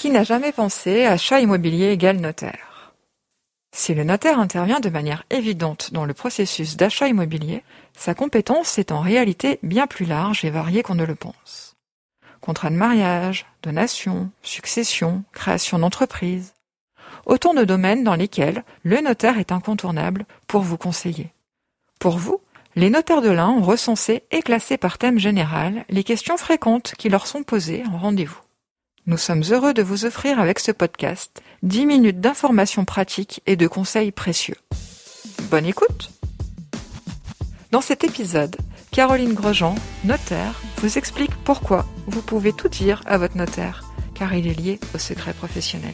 Qui n'a jamais pensé achat immobilier égale notaire? Si le notaire intervient de manière évidente dans le processus d'achat immobilier, sa compétence est en réalité bien plus large et variée qu'on ne le pense. Contrat de mariage, donation, succession, création d'entreprise. Autant de domaines dans lesquels le notaire est incontournable pour vous conseiller. Pour vous, les notaires de l'Ain ont recensé et classé par thème général les questions fréquentes qui leur sont posées en rendez-vous. Nous sommes heureux de vous offrir avec ce podcast 10 minutes d'informations pratiques et de conseils précieux. Bonne écoute! Dans cet épisode, Caroline Grosjean, notaire, vous explique pourquoi vous pouvez tout dire à votre notaire, car il est lié au secret professionnel.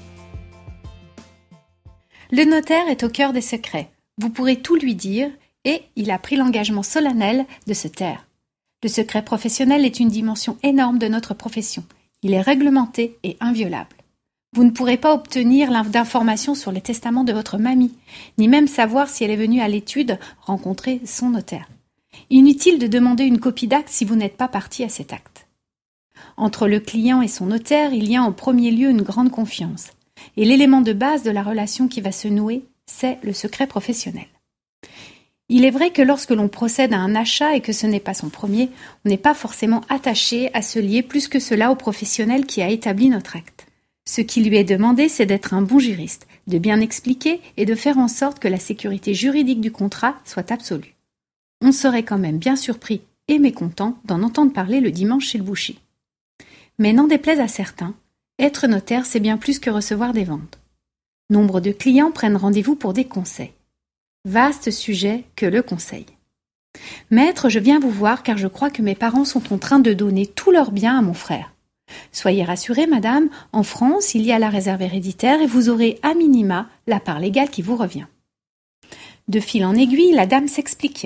Le notaire est au cœur des secrets. Vous pourrez tout lui dire et il a pris l'engagement solennel de se taire. Le secret professionnel est une dimension énorme de notre profession. Il est réglementé et inviolable. Vous ne pourrez pas obtenir d'informations sur les testaments de votre mamie, ni même savoir si elle est venue à l'étude rencontrer son notaire. Inutile de demander une copie d'acte si vous n'êtes pas partie à cet acte. Entre le client et son notaire, il y a en premier lieu une grande confiance. Et l'élément de base de la relation qui va se nouer, c'est le secret professionnel. Il est vrai que lorsque l'on procède à un achat et que ce n'est pas son premier, on n'est pas forcément attaché à se lier plus que cela au professionnel qui a établi notre acte. Ce qui lui est demandé, c'est d'être un bon juriste, de bien expliquer et de faire en sorte que la sécurité juridique du contrat soit absolue. On serait quand même bien surpris et mécontent d'en entendre parler le dimanche chez le boucher. Mais n'en déplaise à certains, être notaire, c'est bien plus que recevoir des ventes. Nombre de clients prennent rendez-vous pour des conseils. Vaste sujet que le conseil. Maître, je viens vous voir car je crois que mes parents sont en train de donner tous leurs biens à mon frère. Soyez rassurée, madame, en France, il y a la réserve héréditaire et vous aurez à minima la part légale qui vous revient. De fil en aiguille, la dame s'explique.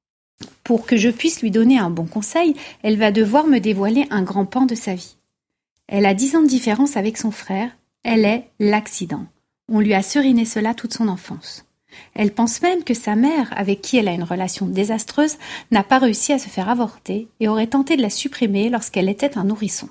Pour que je puisse lui donner un bon conseil, elle va devoir me dévoiler un grand pan de sa vie. Elle a 10 ans de différence avec son frère, elle est l'accident. On lui a seriné cela toute son enfance. Elle pense même que sa mère, avec qui elle a une relation désastreuse, n'a pas réussi à se faire avorter et aurait tenté de la supprimer lorsqu'elle était un nourrisson.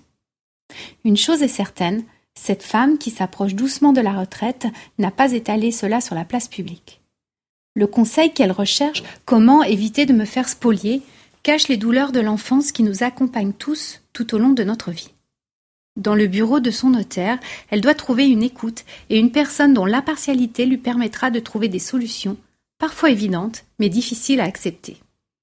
Une chose est certaine, cette femme qui s'approche doucement de la retraite n'a pas étalé cela sur la place publique. Le conseil qu'elle recherche, comment éviter de me faire spolier, cache les douleurs de l'enfance qui nous accompagnent tous tout au long de notre vie. Dans le bureau de son notaire, elle doit trouver une écoute et une personne dont l'impartialité lui permettra de trouver des solutions, parfois évidentes, mais difficiles à accepter.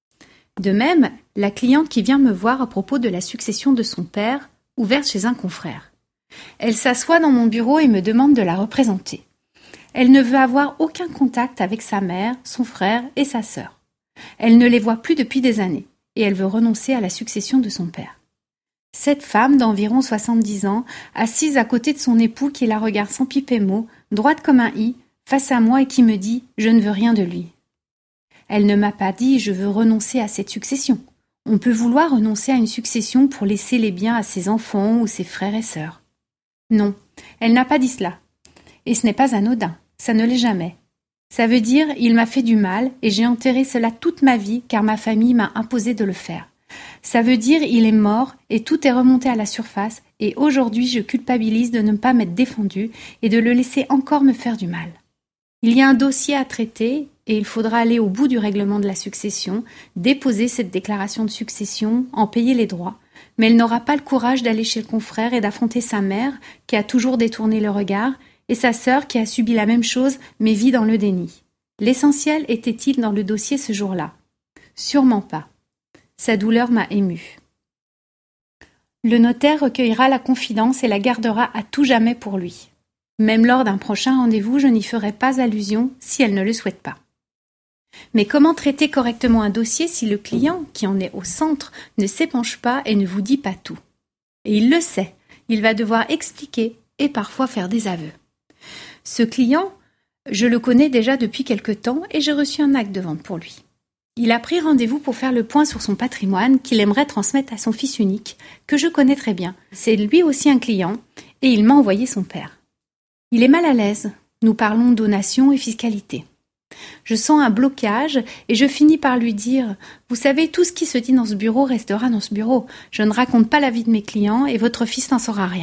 De même, la cliente qui vient me voir à propos de la succession de son père, ouverte chez un confrère. Elle s'assoit dans mon bureau et me demande de la représenter. Elle ne veut avoir aucun contact avec sa mère, son frère et sa sœur. Elle ne les voit plus depuis des années et elle veut renoncer à la succession de son père. Cette femme d'environ 70 ans, assise à côté de son époux qui la regarde sans piper mot, droite comme un i, face à moi et qui me dit « je ne veux rien de lui ». Elle ne m'a pas dit « je veux renoncer à cette succession ». On peut vouloir renoncer à une succession pour laisser les biens à ses enfants ou ses frères et sœurs. Non, elle n'a pas dit cela. Et ce n'est pas anodin, ça ne l'est jamais. Ça veut dire « il m'a fait du mal et j'ai enterré cela toute ma vie car ma famille m'a imposé de le faire ». Ça veut dire il est mort et tout est remonté à la surface et aujourd'hui je culpabilise de ne pas m'être défendue et de le laisser encore me faire du mal. Il y a un dossier à traiter et il faudra aller au bout du règlement de la succession, déposer cette déclaration de succession, en payer les droits, mais elle n'aura pas le courage d'aller chez le confrère et d'affronter sa mère qui a toujours détourné le regard et sa sœur qui a subi la même chose mais vit dans le déni. L'essentiel était-il dans le dossier ce jour-là? Sûrement pas. Sa douleur m'a émue. Le notaire recueillera la confidence et la gardera à tout jamais pour lui. Même lors d'un prochain rendez-vous, je n'y ferai pas allusion si elle ne le souhaite pas. Mais comment traiter correctement un dossier si le client, qui en est au centre, ne s'épanche pas et ne vous dit pas tout? Et il le sait, il va devoir expliquer et parfois faire des aveux. Ce client, je le connais déjà depuis quelque temps et j'ai reçu un acte de vente pour lui. Il a pris rendez-vous pour faire le point sur son patrimoine qu'il aimerait transmettre à son fils unique, que je connais très bien. C'est lui aussi un client, et il m'a envoyé son père. Il est mal à l'aise. Nous parlons donation et fiscalité. Je sens un blocage et je finis par lui dire « Vous savez, tout ce qui se dit dans ce bureau restera dans ce bureau. Je ne raconte pas la vie de mes clients et votre fils n'en saura rien. »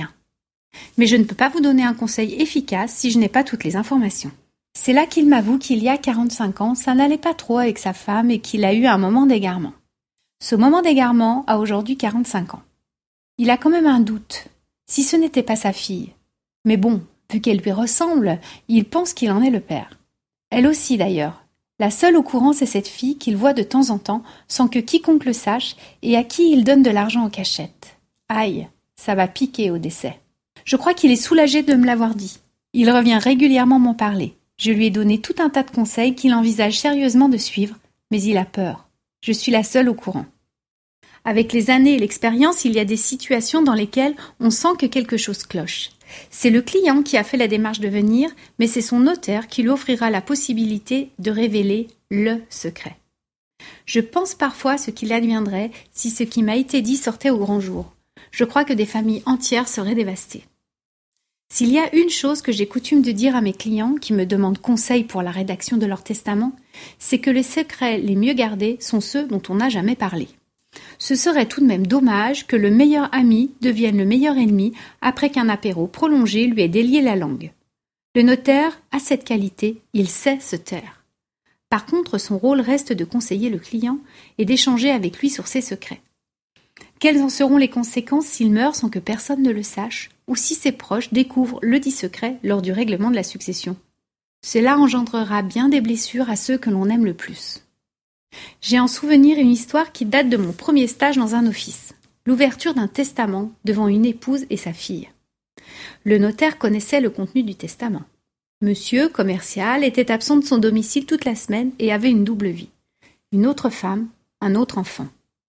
Mais je ne peux pas vous donner un conseil efficace si je n'ai pas toutes les informations. C'est là qu'il m'avoue qu'il y a 45 ans, ça n'allait pas trop avec sa femme et qu'il a eu un moment d'égarement. Ce moment d'égarement a aujourd'hui 45 ans. Il a quand même un doute, si ce n'était pas sa fille. Mais bon, vu qu'elle lui ressemble, il pense qu'il en est le père. Elle aussi d'ailleurs. La seule au courant, c'est cette fille qu'il voit de temps en temps, sans que quiconque le sache, et à qui il donne de l'argent en cachette. Aïe, ça va piquer au décès. Je crois qu'il est soulagé de me l'avoir dit. Il revient régulièrement m'en parler. Je lui ai donné tout un tas de conseils qu'il envisage sérieusement de suivre, mais il a peur. Je suis la seule au courant. Avec les années et l'expérience, il y a des situations dans lesquelles on sent que quelque chose cloche. C'est le client qui a fait la démarche de venir, mais c'est son notaire qui lui offrira la possibilité de révéler le secret. Je pense parfois à ce qu'il adviendrait si ce qui m'a été dit sortait au grand jour. Je crois que des familles entières seraient dévastées. S'il y a une chose que j'ai coutume de dire à mes clients qui me demandent conseil pour la rédaction de leur testament, c'est que les secrets les mieux gardés sont ceux dont on n'a jamais parlé. Ce serait tout de même dommage que le meilleur ami devienne le meilleur ennemi après qu'un apéro prolongé lui ait délié la langue. Le notaire a cette qualité, il sait se taire. Par contre, son rôle reste de conseiller le client et d'échanger avec lui sur ses secrets. Quelles en seront les conséquences s'il meurt sans que personne ne le sache, ou si ses proches découvrent le dit secret lors du règlement de la succession? Cela engendrera bien des blessures à ceux que l'on aime le plus. J'ai en souvenir une histoire qui date de mon premier stage dans un office, l'ouverture d'un testament devant une épouse et sa fille. Le notaire connaissait le contenu du testament. Monsieur, commercial, était absent de son domicile toute la semaine et avait une double vie. Une autre femme, un autre enfant.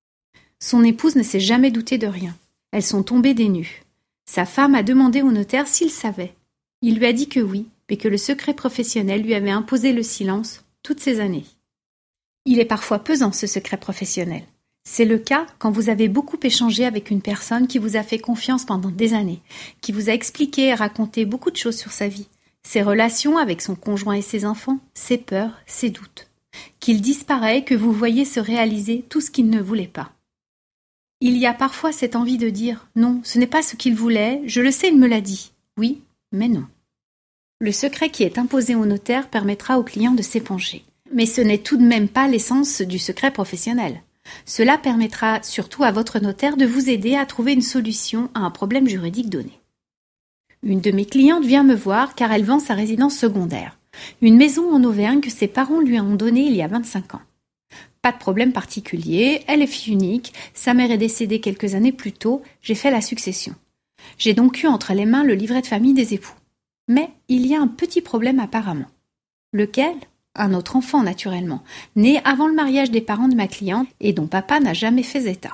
Son épouse ne s'est jamais doutée de rien. Elles sont tombées des nues. Sa femme a demandé au notaire s'il savait. Il lui a dit que oui, mais que le secret professionnel lui avait imposé le silence toutes ces années. Il est parfois pesant, ce secret professionnel. C'est le cas quand vous avez beaucoup échangé avec une personne qui vous a fait confiance pendant des années, qui vous a expliqué et raconté beaucoup de choses sur sa vie, ses relations avec son conjoint et ses enfants, ses peurs, ses doutes. Qu'il disparaît, que vous voyez se réaliser tout ce qu'il ne voulait pas. Il y a parfois cette envie de dire « Non, ce n'est pas ce qu'il voulait, je le sais, il me l'a dit. » Oui, mais non. Le secret qui est imposé au notaire permettra au client de s'épancher. Mais ce n'est tout de même pas l'essence du secret professionnel. Cela permettra surtout à votre notaire de vous aider à trouver une solution à un problème juridique donné. Une de mes clientes vient me voir car elle vend sa résidence secondaire, une maison en Auvergne que ses parents lui ont donnée il y a 25 ans. Pas de problème particulier, elle est fille unique, sa mère est décédée quelques années plus tôt, j'ai fait la succession. J'ai donc eu entre les mains le livret de famille des époux. Mais il y a un petit problème apparemment. Lequel ? Un autre enfant naturellement, né avant le mariage des parents de ma cliente et dont papa n'a jamais fait état.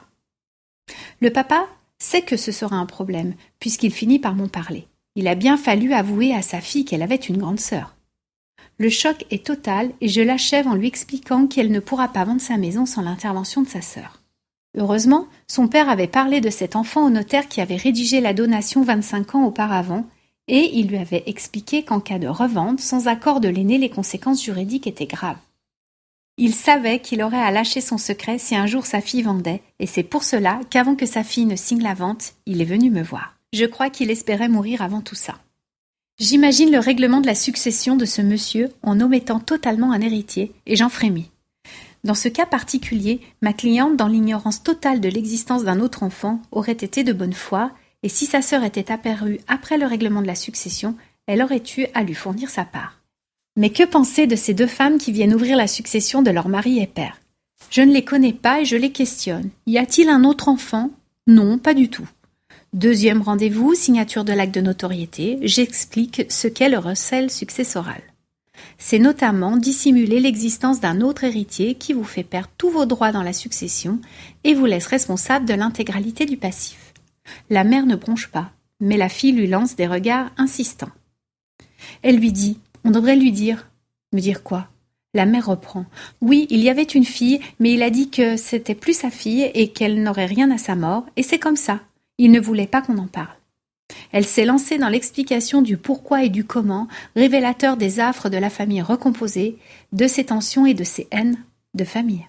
Le papa sait que ce sera un problème, puisqu'il finit par m'en parler. Il a bien fallu avouer à sa fille qu'elle avait une grande sœur. Le choc est total et je l'achève en lui expliquant qu'elle ne pourra pas vendre sa maison sans l'intervention de sa sœur. Heureusement, son père avait parlé de cet enfant au notaire qui avait rédigé la donation 25 ans auparavant, et il lui avait expliqué qu'en cas de revente, sans accord de l'aîné, les conséquences juridiques étaient graves. Il savait qu'il aurait à lâcher son secret si un jour sa fille vendait, et c'est pour cela qu'avant que sa fille ne signe la vente, il est venu me voir. Je crois qu'il espérait mourir avant tout ça. J'imagine le règlement de la succession de ce monsieur en omettant totalement un héritier, et j'en frémis. Dans ce cas particulier, ma cliente, dans l'ignorance totale de l'existence d'un autre enfant, aurait été de bonne foi, et si sa sœur était apparue après le règlement de la succession, elle aurait eu à lui fournir sa part. Mais que penser de ces deux femmes qui viennent ouvrir la succession de leur mari et père ? Je ne les connais pas et je les questionne. Y a-t-il un autre enfant ? Non, pas du tout. Deuxième rendez-vous, signature de l'acte de notoriété, j'explique ce qu'est le recel successoral. C'est notamment dissimuler l'existence d'un autre héritier qui vous fait perdre tous vos droits dans la succession et vous laisse responsable de l'intégralité du passif. La mère ne bronche pas, mais la fille lui lance des regards insistants. Elle lui dit, on devrait lui dire. Me dire quoi ? La mère reprend. Oui, il y avait une fille, mais il a dit que c'était plus sa fille et qu'elle n'aurait rien à sa mort, et c'est comme ça. Il ne voulait pas qu'on en parle. Elle s'est lancée dans l'explication du pourquoi et du comment, révélateur des affres de la famille recomposée, de ses tensions et de ses haines de famille.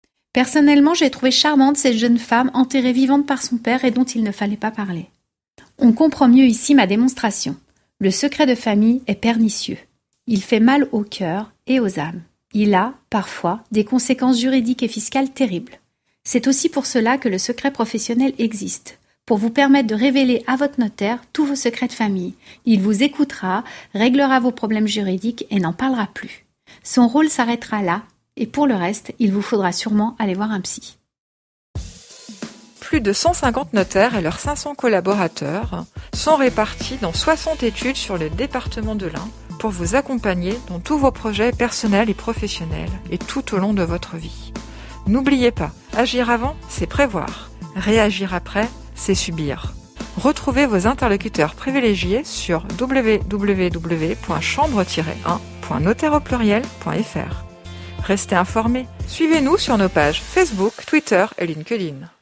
Personnellement, j'ai trouvé charmante cette jeune femme enterrée vivante par son père et dont il ne fallait pas parler. On comprend mieux ici ma démonstration. Le secret de famille est pernicieux. Il fait mal au cœur et aux âmes. Il a, parfois, des conséquences juridiques et fiscales terribles. C'est aussi pour cela que le secret professionnel existe, pour vous permettre de révéler à votre notaire tous vos secrets de famille. Il vous écoutera, réglera vos problèmes juridiques et n'en parlera plus. Son rôle s'arrêtera là, et pour le reste, il vous faudra sûrement aller voir un psy. Plus de 150 notaires et leurs 500 collaborateurs sont répartis dans 60 études sur le département de l'Ain pour vous accompagner dans tous vos projets personnels et professionnels et tout au long de votre vie. N'oubliez pas, agir avant, c'est prévoir. Réagir après, c'est subir. Retrouvez vos interlocuteurs privilégiés sur www.chambre-1.notaire-au-pluriel.fr. Restez informés. Suivez-nous sur nos pages Facebook, Twitter et LinkedIn.